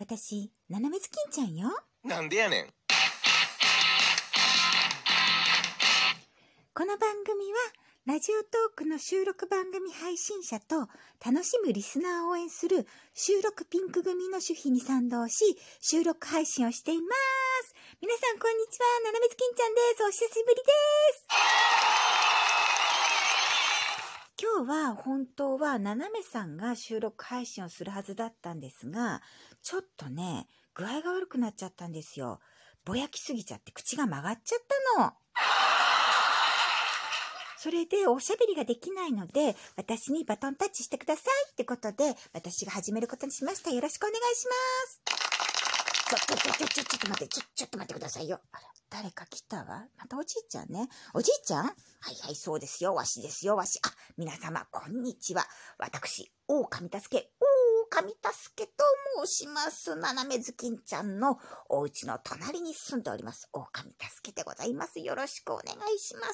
私、ななめずきんちゃんよ。 なんでやねん。 この番組は、ラジオトークの収録番組配信者と楽しむリスナーを応援する収録ピンク組の主義に賛同し、収録配信をしています。皆さんこんにちは、ななめずきんちゃんです。お久しぶりです。今日は本当はななめさんが収録配信をするはずだったんですが、ちょっとね、具合が悪くなっちゃったんですよ。ぼやきすぎちゃって口が曲がっちゃったの。それでおしゃべりができないので、私にバトンタッチしてくださいってことで、私が始めることにしました。よろしくお願いします。ちょっと待って、ちょっと待ってくださいよ。あら、誰か来たわ。またおじいちゃんね。おじいちゃん？はい、そうですよ。わしですよ、わし。皆様、こんにちは。私、狼助けと申します。ななめずきんちゃんのお家の隣に住んでおります。狼助けでございます。よろしくお願いします。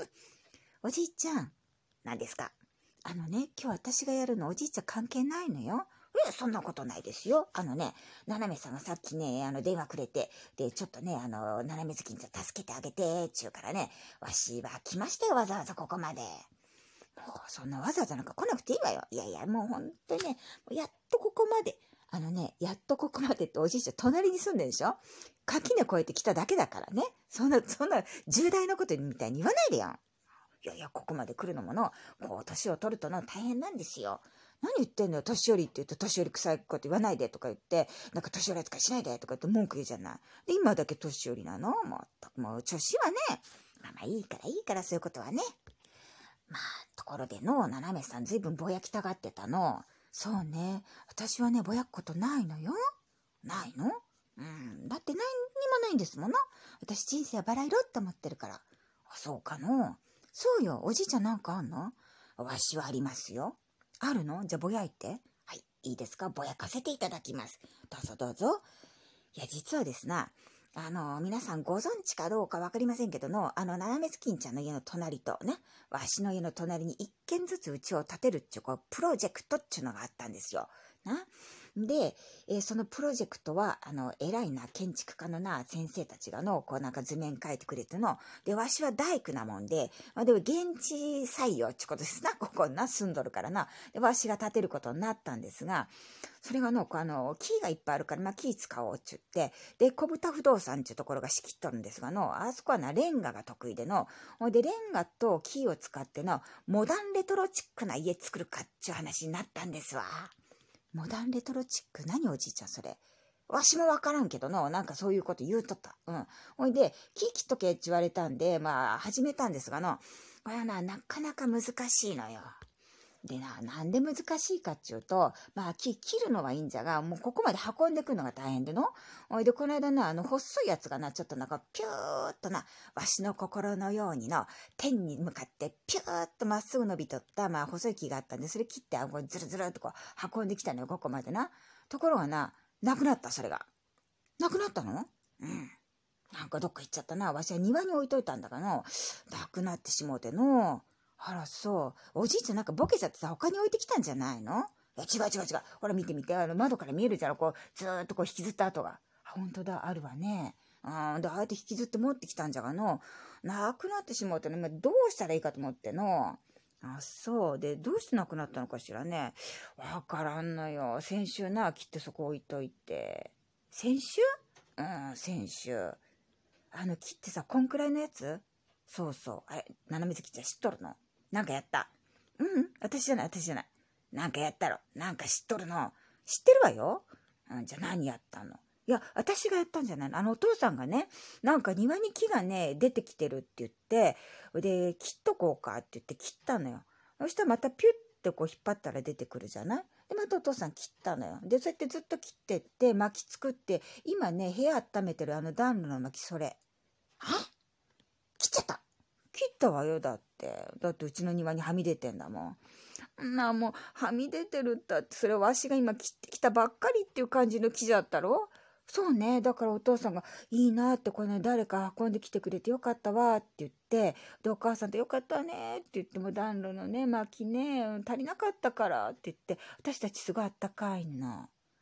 おじいちゃん、何ですか？今日私がやるのおじいちゃん関係ないのよ。そんなことないですよ。ななめさんがさっきね、電話くれて、で、ちょっとね、ななめずきんちゃん助けてあげて、ちゅうからね、わしは来ましたよ、わざわざここまで。もう、そんなわざわざなんか来なくていいわよ。いや、もうほんとね、やっとここまで。やっとここまでっておじいちゃん隣に住んでるでしょ？垣根越えてきただけだからね。そんな重大なことみたいに言わないでよ。いや、ここまで来るのもの、年を取るとの大変なんですよ。何言ってんのよ、年寄りって言うと、年寄り臭いこと言わないでとか言って、なんか年寄り扱いしないでとか言って文句言うじゃない。で、今だけ年寄りなの？もう、調子はね。まあいいから、そういうことはね。まあ、ところでの、ななめさんずいぶんぼやきたがってたの。そうね。私はね、ぼやくことないのよ。ないの？だって何にもないんですもの。私人生はバラ色って思ってるから。そうかの。そうよ、おじいちゃんなんかあんの？わしはありますよ。あるの？じゃあぼやいて。はい、いいですか？ぼやかせていただきます。どうぞ。いや、実はですな、皆さんご存知かどうかわかりませんけどの、ななめずきんちゃんの家の隣とね、わしの家の隣に一軒ずつ家を建てるっちゅう、プロジェクトっちゅうのがあったんですよ。で、そのプロジェクトは、偉いな、建築家のな、先生たちがの、なんか図面描いてくれての、で、わしは大工なもんで、でも現地採用っちゅうことですな、ここな、住んどるからな。で、わしが建てることになったんですが、それがの、木がいっぱいあるから、木使おうっちゅって、で、小豚不動産っちゅうところが仕切っとるんですがの、あそこはな、レンガが得意での、で、レンガと木を使っての、モダンレトロチックな家作るかっちゅう話になったんですわ。モダンレトロチック？何おじいちゃんそれ。わしもわからんけどの、なんかそういうこと言うとった。ほいで、木切っとけって言われたんで、始めたんですがの、これはなかなか難しいのよ。でなんで難しいかっちゅうと、木切るのはいいんじゃが、もうここまで運んでくるのが大変での。ほいで、この間な、細いやつがな、ちょっとなんか、ピューっとな、わしの心のようにの、天に向かって、ピューっとまっすぐ伸びとった、細い木があったんで、それ切って、ずるずるっと運んできたのよ、ここまでな。ところがな、なくなった、それが。なくなったの？なんかどっか行っちゃったな。わしは庭に置いといたんだからの、なくなってしもうての。あら、そう。おじいちゃんなんかボケちゃってさ、他に置いてきたんじゃないの？いや、違う。ほら見て。窓から見えるじゃん。ずーっと引きずった跡が。ほんとだ、あるわね。で、あえて引きずって持ってきたんじゃがの。なくなってしもうてね、どうしたらいいかと思っての。そう。で、どうしてなくなったのかしらね。わからんのよ。先週な、切ってそこ置いといて。先週？先週。切ってさ、こんくらいのやつ？そう。ななめずきちゃん知っとるの？なんかやった。私じゃない。なんかやったろ。なんか知っとるの。知ってるわよ。じゃあ何やったの？いや、私がやったんじゃないの。お父さんがね、なんか庭に木がね、出てきてるって言って、で、切っとこうかって言って切ったのよ。そしたらまたピュッて引っ張ったら出てくるじゃない？で、またお父さん切ったのよ。で、そうやってずっと切ってって、薪作って、今ね、部屋温めてる暖炉の薪、それ。切っちゃった。切ったわよ、だって。だってうちの庭にはみ出てんだもん。もう、はみ出てるったって、それわしが今切ってきたばっかりっていう感じの木じゃったろ？そうね。だからお父さんが、いいなって、これね、誰か運んできてくれてよかったわって言って、で、お母さんとよかったねって言っても、暖炉のね、薪ね、足りなかったからって言って、私たちすごいあったかいの。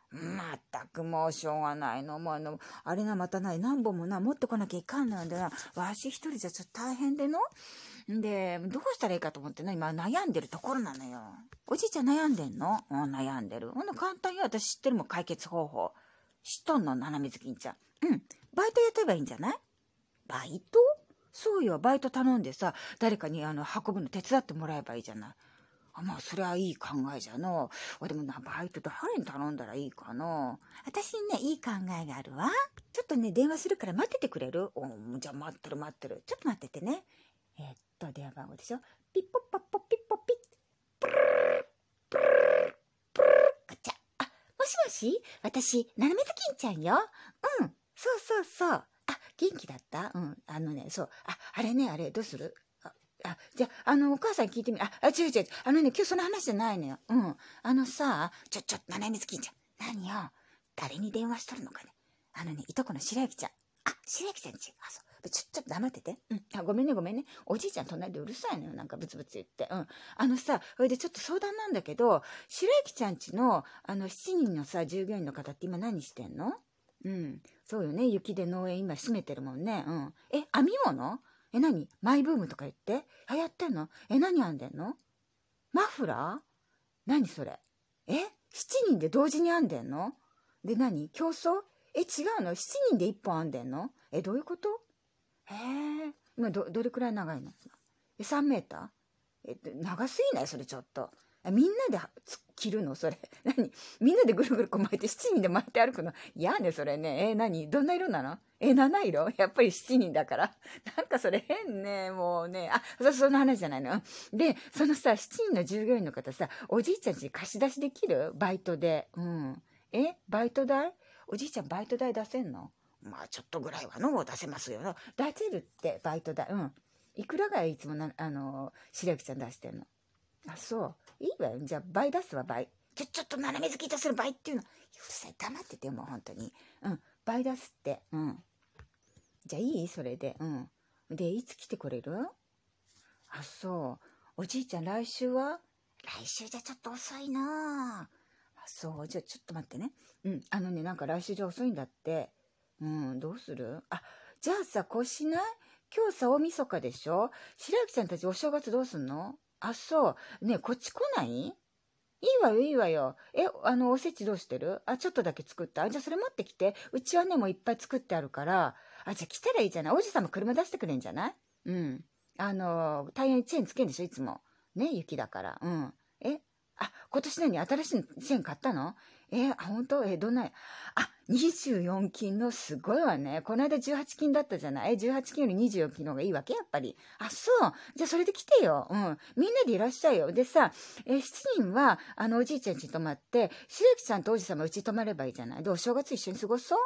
まったくもうしょうがないの。もうあれな、また何本も持ってこなきゃいかんのんでな。わし一人じゃちょっと大変での。で、どうしたらいいかと思って今悩んでるところなのよ。おじいちゃん悩んでんの？悩んでる。簡単よ。私知ってるもん、解決方法。知っとんの、ななみずきんちゃん。バイト雇えばいいんじゃない？バイト？そうよ、バイト頼んでさ、誰かに運ぶの手伝ってもらえばいいじゃない。まあ、それはいい考えじゃの。でもバイト誰に頼んだらいいかな。私にね、いい考えがあるわ。ちょっとね、電話するから待っててくれる？じゃあ待ってる。ちょっと待っててね。電話番号でしょ。ピッポッパッポピッポピッ。プループループルーガチャ。もしもし？私、ななみずきんちゃんよ。そう。元気だった？そう。あれね、どうする？じゃあ、お母さんに聞いてみる。違う。今日その話じゃないのよ。ななみずきんちゃん。何よ。誰に電話しとるのかね。いとこの白雪ちゃん。白雪ちゃんち。そう。ちょっと黙ってて。ごめんね。おじいちゃん隣でうるさいのよ。なんかブツブツ言って。それでちょっと相談なんだけど、白雪ちゃんちの、7人のさ、従業員の方って今何してんの？そうよね。雪で農園今閉めてるもんね。編み物？何？マイブームとか言って？やってんの？何編んでんの？マフラー？何それ？7人で同時に編んでんの？で競争？違うの？ 7 人で1本編んでんの？どういうこと？今どれくらい長いの？3メーター？長すぎない？それちょっと。みんなで着るのそれ？みんなでぐるぐる巻いて7人で巻いて歩くの？嫌ね、それね。どんな色なの？7色？やっぱり7人だから。なんかそれ変ね、もうね。その話じゃないの。で、そのさ、7人の従業員の方さ、おじいちゃんちに貸し出しできる？バイトで。バイト代？おじいちゃんバイト代出せんの？まあちょっとぐらいは出せますよ。出せるって、バイト代。いくらぐらいいつも白雪ちゃん出してんの？そう。いいわよ。じゃあ、倍出すわ、倍。ちょっと斜め好きとする倍っていうの。うるさい、黙ってて、もう本当に。倍出すって。じゃあ、いい？それで。で、いつ来てくれる？そう。おじいちゃん、来週は？来週じゃちょっと遅いな。そう。じゃあ、ちょっと待ってね。なんか来週じゃ遅いんだって。どうする？じゃあさ、こうしない？今日さ、大晦日でしょ？白雪ちゃんたちお正月どうすんの？そう。ねえ、こっち来ない？いいわよ。おせちどうしてる？ちょっとだけ作った。じゃあそれ持ってきて。うちはね、もういっぱい作ってあるから。じゃあ来たらいいじゃない。おじさんも車出してくれんじゃない？タイヤにチェーンつけんでしょ、いつも。ね、雪だから。今年新しいチェーン買ったの？本当？どんな？24金のすごいわね。この間18金だったじゃない？18金より24金の方がいいわけ？やっぱり。そう。じゃあそれで来てよ。みんなでいらっしゃいよ。でさ、7人は、おじいちゃん家に泊まって、白雪さんとおじさんもうちに泊まればいいじゃない？で、お正月一緒に過ごそう。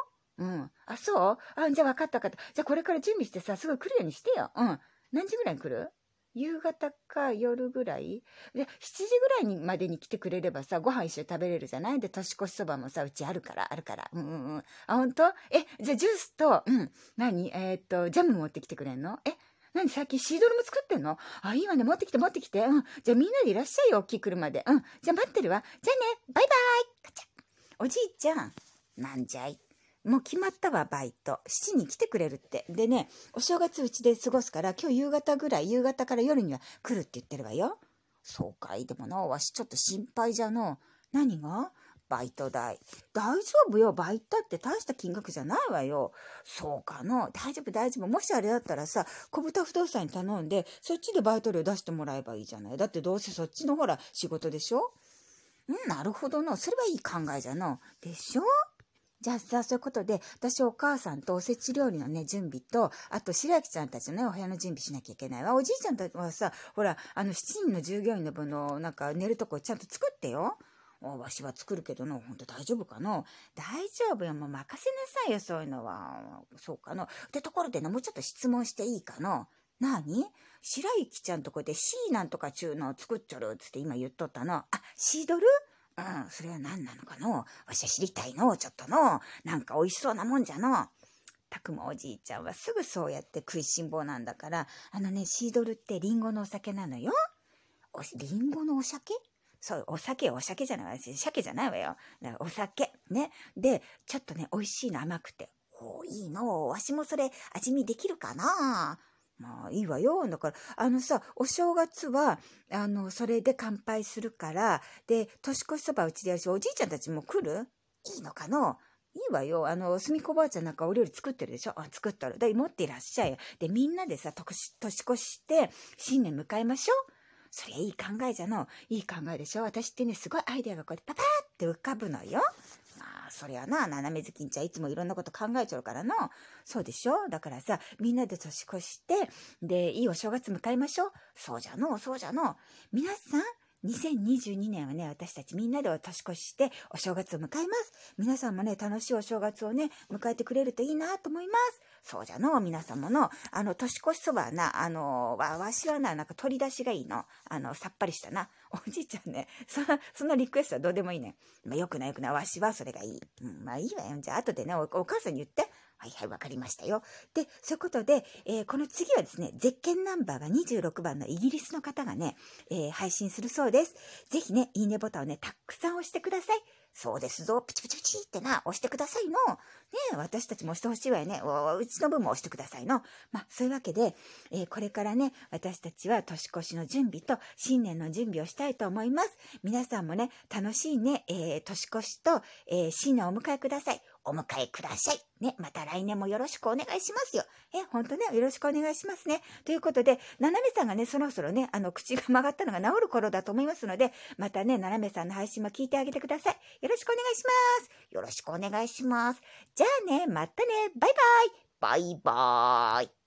そう？じゃあ分かった。じゃあこれから準備してさ、すぐ来るようにしてよ。何時ぐらいに来る？夕方か夜ぐらいで、7時ぐらいにまでに来てくれればさ、ご飯一緒に食べれるじゃない？で、年越しそばもさ、うちあるから。本当？じゃあジュースと、ジャム持ってきてくれんの？最近シードルも作ってんの？いいわね、持ってきて。じゃあみんなでいらっしゃいよ、大きい車で。じゃあ待ってるわ。じゃあね、バイバイ。ガチャ。おじいちゃん、なんじゃい？もう決まったわ、バイト。7人来てくれるって。でね、お正月うちで過ごすから、今日夕方から夜には来るって言ってるわよ。そうかい。でもな、わしちょっと心配じゃの。何が？バイト代。大丈夫よ、バイトって大した金額じゃないわよ。そうかの。大丈夫。もしあれだったらさ、小豚不動産に頼んで、そっちでバイト料出してもらえばいいじゃない。だってどうせそっちのほら、仕事でしょ？なるほどの。それはいい考えじゃの。でしょ？じゃあさ、そういうことで、私お母さんとおせち料理のね、準備と、あと白雪ちゃんたちのね、お部屋の準備しなきゃいけないわ。おじいちゃんたちはさ、ほら、7人の従業員の分の、なんか寝るとこちゃんと作ってよ。わしは作るけどの、ほんと大丈夫かの？大丈夫よ、もう任せなさいよ、そういうのは。そうかの。ってところでね、もうちょっと質問していいかの？何？白雪ちゃんとこでシーなんとかちゅうのを作っちょるっつって今言っとったの。シードル？それは何なのかの？わしは知りたいの、ちょっとの。なんか美味しそうなもんじゃの。たくもおじいちゃんはすぐそうやって食いしん坊なんだから、シードルってリンゴのお酒なのよ。リンゴのお酒？ そう、お酒じゃないわよ。鮭じゃないわよ。だからお酒。ね。で、ちょっとね、美味しいの甘くて。いいの。わしもそれ味見できるかな。まあ、いいわよ。だから、お正月は、それで乾杯するから、で、年越しそばうちでやるし、おじいちゃんたちも来る？いいのかの？いいわよ。すみこばあちゃんなんかお料理作ってるでしょ？作ってる。で、持っていらっしゃいよ。で、みんなでさ、年越して新年迎えましょう。そりゃいい考えじゃの。いい考えでしょ。私ってね、すごいアイデアがこうやってパパーって浮かぶのよ。まあ、そりゃな、斜めずきんちゃんいつもいろんなこと考えちゃうからの。そうでしょ。だからさ、みんなで年越して、で、いいお正月迎えましょう。そうじゃの。皆さん、2022年はね、私たちみんなで年越ししてお正月を迎えます。皆さんもね、楽しいお正月をね、迎えてくれるといいなと思います。そうじゃの、皆様の、年越しそばはな、わしはな、なんか取り出しがいいの。さっぱりしたな。おじいちゃんね、そのリクエストはどうでもいいね。まあ、よくない。わしはそれがいい。まあいいわよ。じゃあ、後でね、お母さんに言って。はい、わかりましたよ。で、そういうことで、この次はですね、ゼッケンナンバーが26番のイギリスの方がね、配信するそうです。ぜひね、いいねボタンをね、たくさん押してください。そうですぞ、プチプチプチってな、押してくださいの。ね、私たちも押してほしいわよね。うちの分も押してくださいの。まあ、そういうわけで、これからね、私たちは年越しの準備と新年の準備をしたいと思います。皆さんもね、楽しいね、年越しと、新年をお迎えください。お迎えください。ね、また来年もよろしくお願いしますよ。本当ね、よろしくお願いしますね。ということで、ななめさんがね、そろそろね、口が曲がったのが治る頃だと思いますので、またね、ななめさんの配信も聞いてあげてください。よろしくお願いします。よろしくお願いします。じゃあね、またね、バイバイ。バイバーイ。